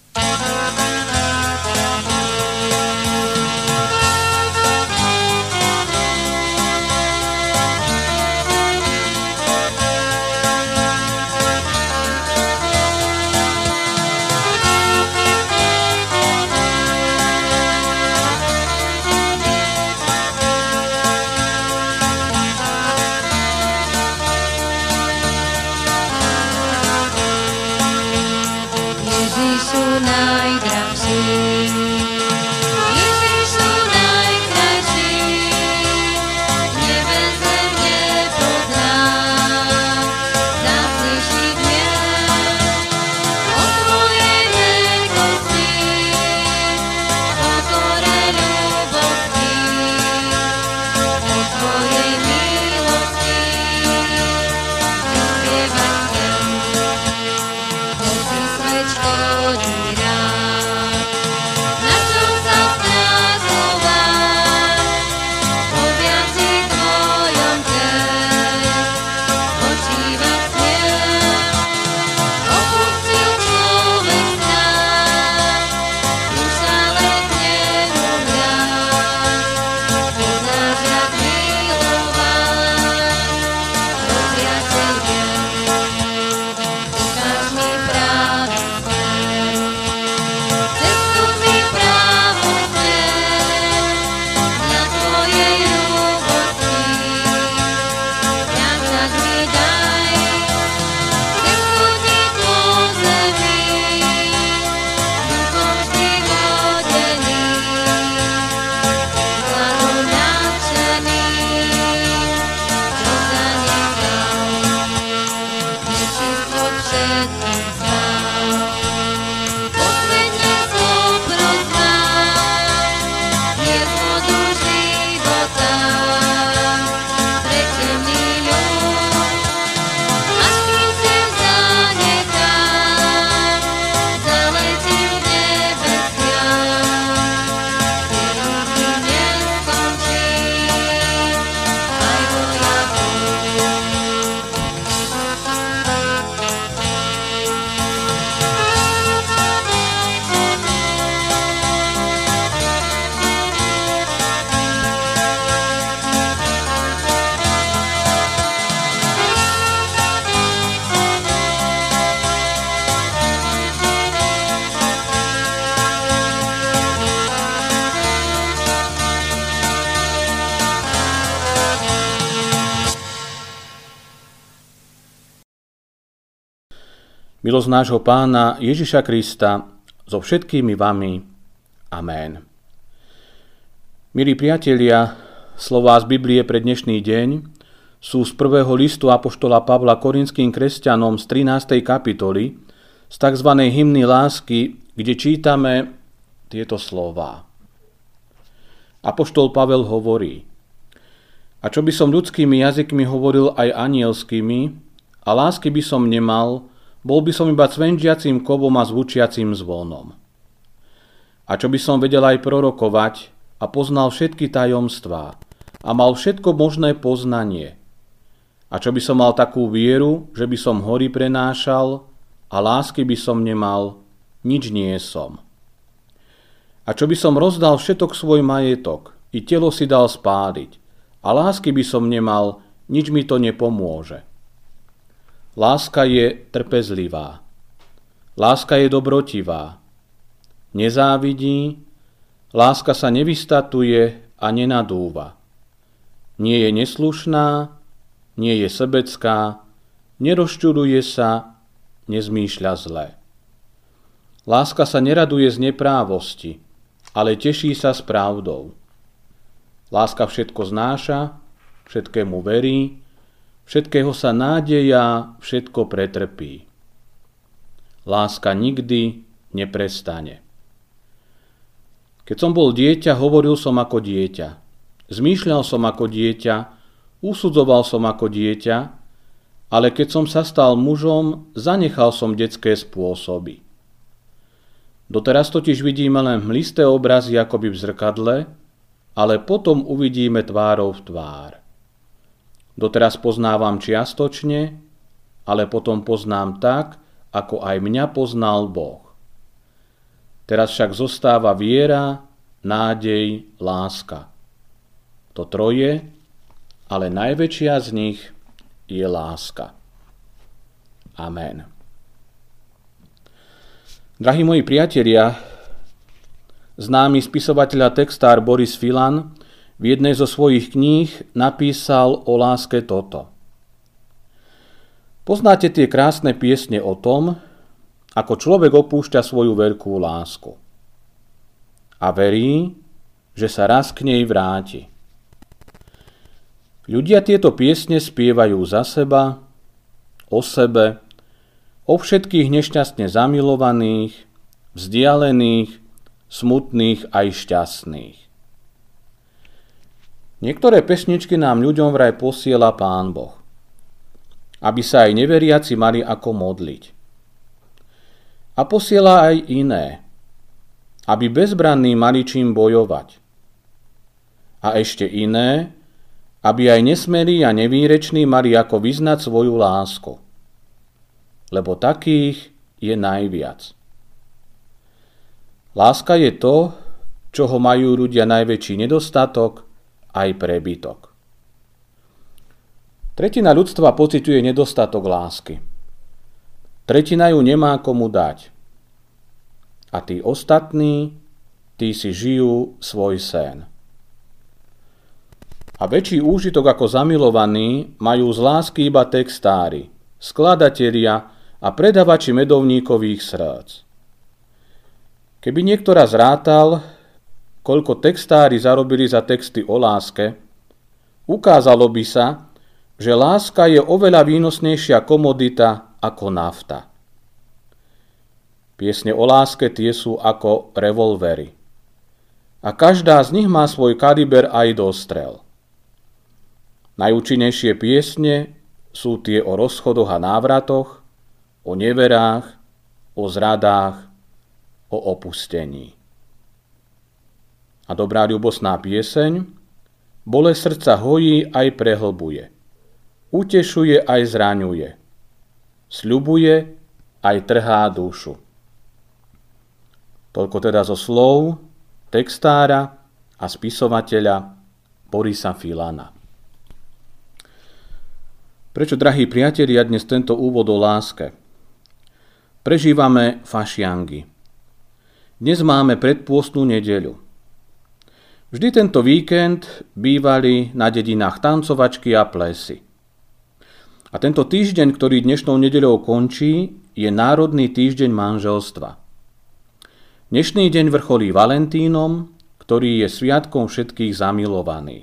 Milosť nášho Pána Ježiša Krista so všetkými vami. Amen. Milí priatelia, slová z Biblie pre dnešný deň sú z prvého listu apoštola Pavla Korinským kresťanom z 13. kapitoly, z tzv. Hymny lásky, kde čítame tieto slová. Apoštol Pavel hovorí: A čo by som ľudskými jazykmi hovoril aj anielskými, a lásky by som nemal, bol by som iba cvenžiacím kovom a zvučiacím zvonom. A čo by som vedel aj prorokovať a poznal všetky tajomstvá a mal všetko možné poznanie. A čo by som mal takú vieru, že by som hory prenášal a lásky by som nemal, nič nie som. A čo by som rozdal všetok svoj majetok i telo si dal spáliť a lásky by som nemal, nič mi to nepomôže. Láska je trpezlivá. Láska je dobrotivá. Nezávidí. Láska sa nevystatuje a nenadúva. Nie je neslušná, nie je sebecká, nerozčuľuje sa, nezmýšľa zle. Láska sa neraduje z neprávosti, ale teší sa s pravdou. Láska všetko znáša, všetkému verí, všetkého sa nádeja, všetko pretrpí. Láska nikdy neprestane. Keď som bol dieťa, hovoril som ako dieťa. Zmýšľal som ako dieťa, usudzoval som ako dieťa, ale keď som sa stal mužom, zanechal som detské spôsoby. Doteraz totiž vidíme len hmlisté obrazy akoby v zrkadle, ale potom uvidíme tvárou v tvár. Doteraz poznávam čiastočne, ale potom poznám tak, ako aj mňa poznal Boh. Teraz však zostáva viera, nádej, láska. To troje, ale najväčšia z nich je láska. Amen. Drahí moji priatelia, známy spisovateľ a textár Boris Filan v jednej zo svojich kníh napísal o láske toto. Poznáte tie krásne piesne o tom, ako človek opúšťa svoju veľkú lásku a verí, že sa raz k nej vráti. Ľudia tieto piesne spievajú za seba, o sebe, o všetkých nešťastne zamilovaných, vzdialených, smutných aj šťastných. Niektoré pesničky nám ľuďom vraj posiela Pán Boh, aby sa aj neveriaci mali ako modliť. A posiela aj iné, aby bezbranní mali čím bojovať. A ešte iné, aby aj nesmelí a nevýreční mali ako vyznať svoju lásku. Lebo takých je najviac. Láska je to, čoho majú ľudia najväčší nedostatok aj prebytok. Tretina ľudstva pociťuje nedostatok lásky. Tretina ju nemá komu dať. A tí ostatní, tí si žijú svoj sen. A väčší úžitok ako zamilovaní majú z lásky iba textári, skladatelia a predavači medovníkových srdc. Keby niekto raz rátal, koľko textári zarobili za texty o láske, ukázalo by sa, že láska je oveľa výnosnejšia komodita ako nafta. Piesne o láske tie sú ako revolvery. A každá z nich má svoj kaliber aj dostrel. Najúčinnejšie piesne sú tie o rozchodoch a návratoch, o neverách, o zradách, o opustení. A dobrá ľubosná pieseň bolesť srdca hojí aj prehlbuje. Utešuje aj zraňuje. Sľubuje aj trhá dušu. Toľko teda zo slov textára a spisovateľa Borisa Filana. Prečo, drahí priatelia, dnes tento úvod o láske? Prežívame fašiangy. Dnes máme predpôstnu nedeľu. Vždy tento víkend bývali na dedinách tancovačky a plesy. A tento týždeň, ktorý dnešnou nedeľou končí, je Národný týždeň manželstva. Dnešný deň vrcholí Valentínom, ktorý je sviatkom všetkých zamilovaných.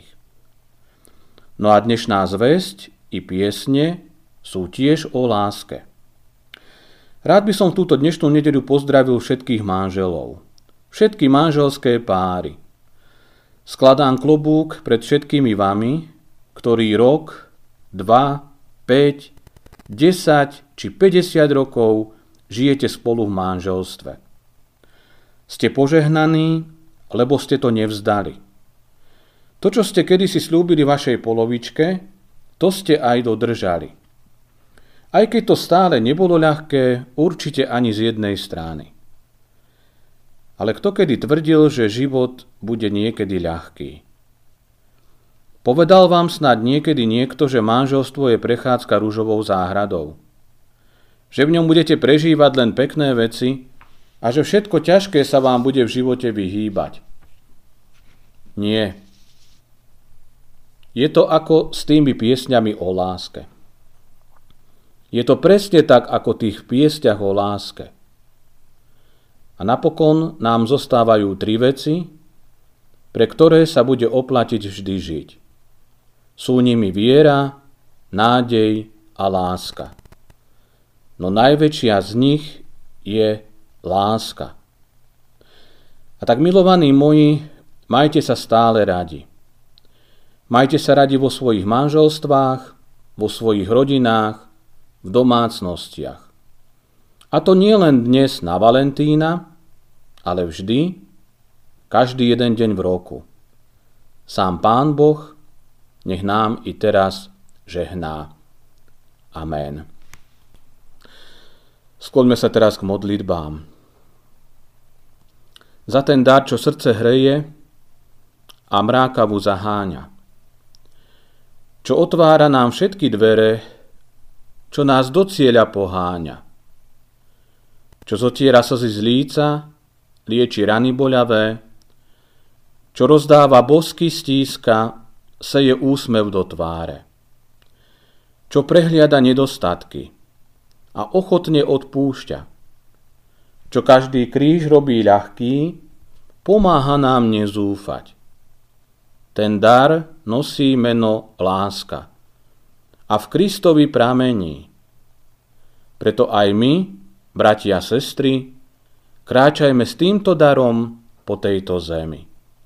No a dnešná zvesť i piesne sú tiež o láske. Rád by som túto dnešnú nedeľu pozdravil všetkých manželov, všetky manželské páry. Skladám klobúk pred všetkými vami, ktorí rok, 2, 5, 10 či 50 rokov žijete spolu v manželstve. Ste požehnaní, lebo ste to nevzdali. To, čo ste kedysi slúbili vašej polovičke, to ste aj dodržali. Aj keď to stále nebolo ľahké, určite ani z jednej strany. Ale kto kedy tvrdil, že život bude niekedy ľahký? Povedal vám snad niekedy niekto, že manželstvo je prechádzka ružovou záhradou? Že v ňom budete prežívať len pekné veci a že všetko ťažké sa vám bude v živote vyhýbať? Nie. Je to ako s tými piesňami o láske. Je to presne tak, ako tých piesťach o láske. A napokon nám zostávajú 3 veci, pre ktoré sa bude oplatiť vždy žiť. Sú nimi viera, nádej a láska. No najväčšia z nich je láska. A tak, milovaní moji, majte sa stále radi. Majte sa radi vo svojich manželstvách, vo svojich rodinách, v domácnostiach. A to nie len dnes na Valentína, ale vždy, každý jeden deň v roku. Sám Pán Boh nech nám i teraz žehná. Amen. Skloňme sa teraz k modlitbám. za ten dar, čo srdce hreje a mrákavu zaháňa, čo otvára nám všetky dvere, čo nás do cieľa poháňa, čo zotiera slzy z líca, lieči rany boľavé, čo rozdáva bosky, stíska, seje úsmev do tváre, čo prehliada nedostatky a ochotne odpúšťa, čo každý kríž robí ľahký, pomáha nám nezúfať. Ten dar nosí meno láska a v Kristovi pramení. Preto aj my, bratia a sestry, kráčajme s týmto darom po tejto zemi.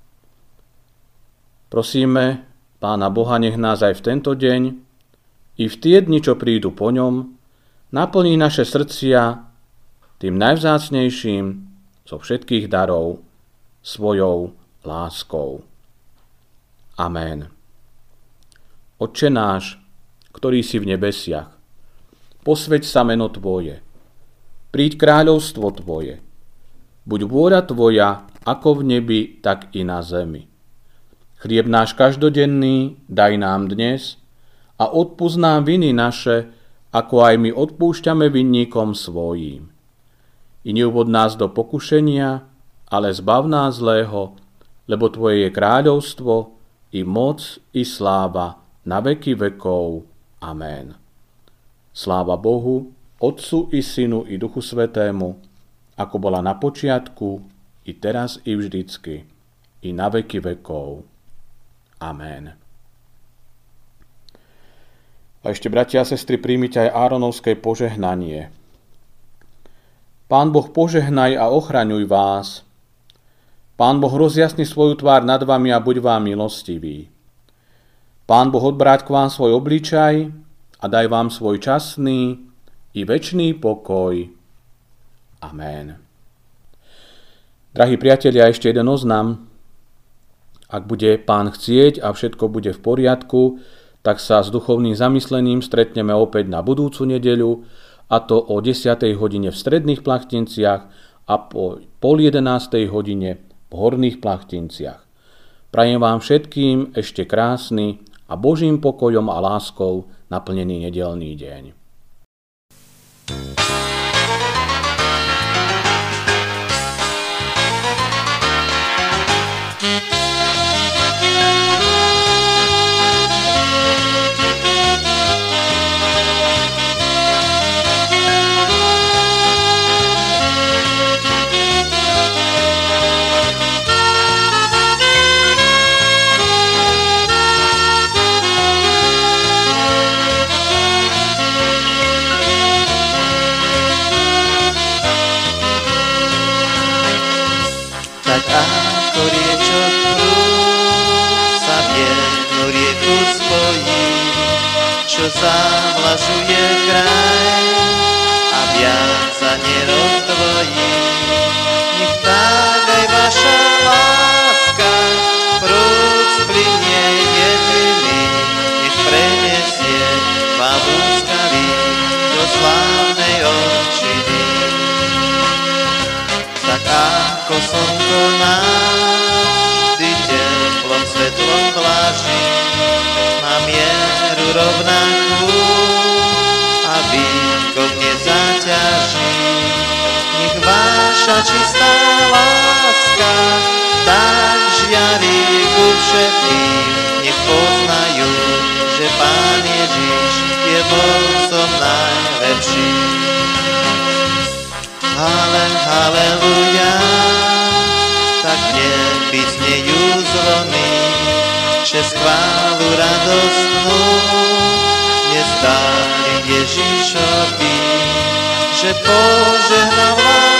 Prosíme Pána Boha, nech nás aj v tento deň i v tie dni, čo prídu po ňom, naplní naše srdcia tým najvzácnejším zo všetkých darov, svojou láskou. Amen. Otče náš, ktorý si v nebesiach, posväť sa meno Tvoje, príď kráľovstvo Tvoje, buď vôľa Tvoja, ako v nebi, tak i na zemi. Chlieb náš každodenný daj nám dnes a odpusť nám viny naše, ako aj my odpúšťame vinníkom svojím. I neuvod nás do pokušenia, ale zbav nás zlého, lebo Tvoje je kráľovstvo, i moc, i sláva, na veky vekov. Amen. Sláva Bohu, Otcu i Synu, i Duchu Svätému, ako bola na počiatku, i teraz, i vždycky, i na veky vekov. Amen. A ešte, bratia a sestry, príjmite aj Áronovské požehnanie. Pán Boh požehnaj a ochraňuj vás. Pán Boh rozjasni svoju tvár nad vami a buď vám milostivý. Pán Boh odbráť k vám svoj obličaj a daj vám svoj časný i večný pokoj. Amen. Drahí priatelia, ešte jeden oznam. Ak bude Pán chcieť a všetko bude v poriadku, tak sa s duchovným zamyslením stretneme opäť na budúcu nedeľu, a to o 10. hodine v Stredných Plachtinciach a po 10:30 hodine v Horných Plachtinciach. Prajem vám všetkým ešte krásny a Božím pokojom a láskou naplnený nedeľný deň. Tak ako riečok prúd sa v jednu rieku spojí, čo zavlažuje kraj a viac sa nerozdvojí. Nech tak aj vaša láska prúd splynie jediný, nech prenesie vám úskalí do slávnej občiny. Tak ako slnko nás vždy teplom svetlom vláži, má mieru rovnakú a výkon nezaťaží. Nech vaša čistá láska tak žiari ku všetkým, nech poznajú, že Pán Ježiš je Bohom najlepším. Haleluja, tak nebi znejú zvony, že chválu radostnú dnes dali Ježišovi, že požehnal vám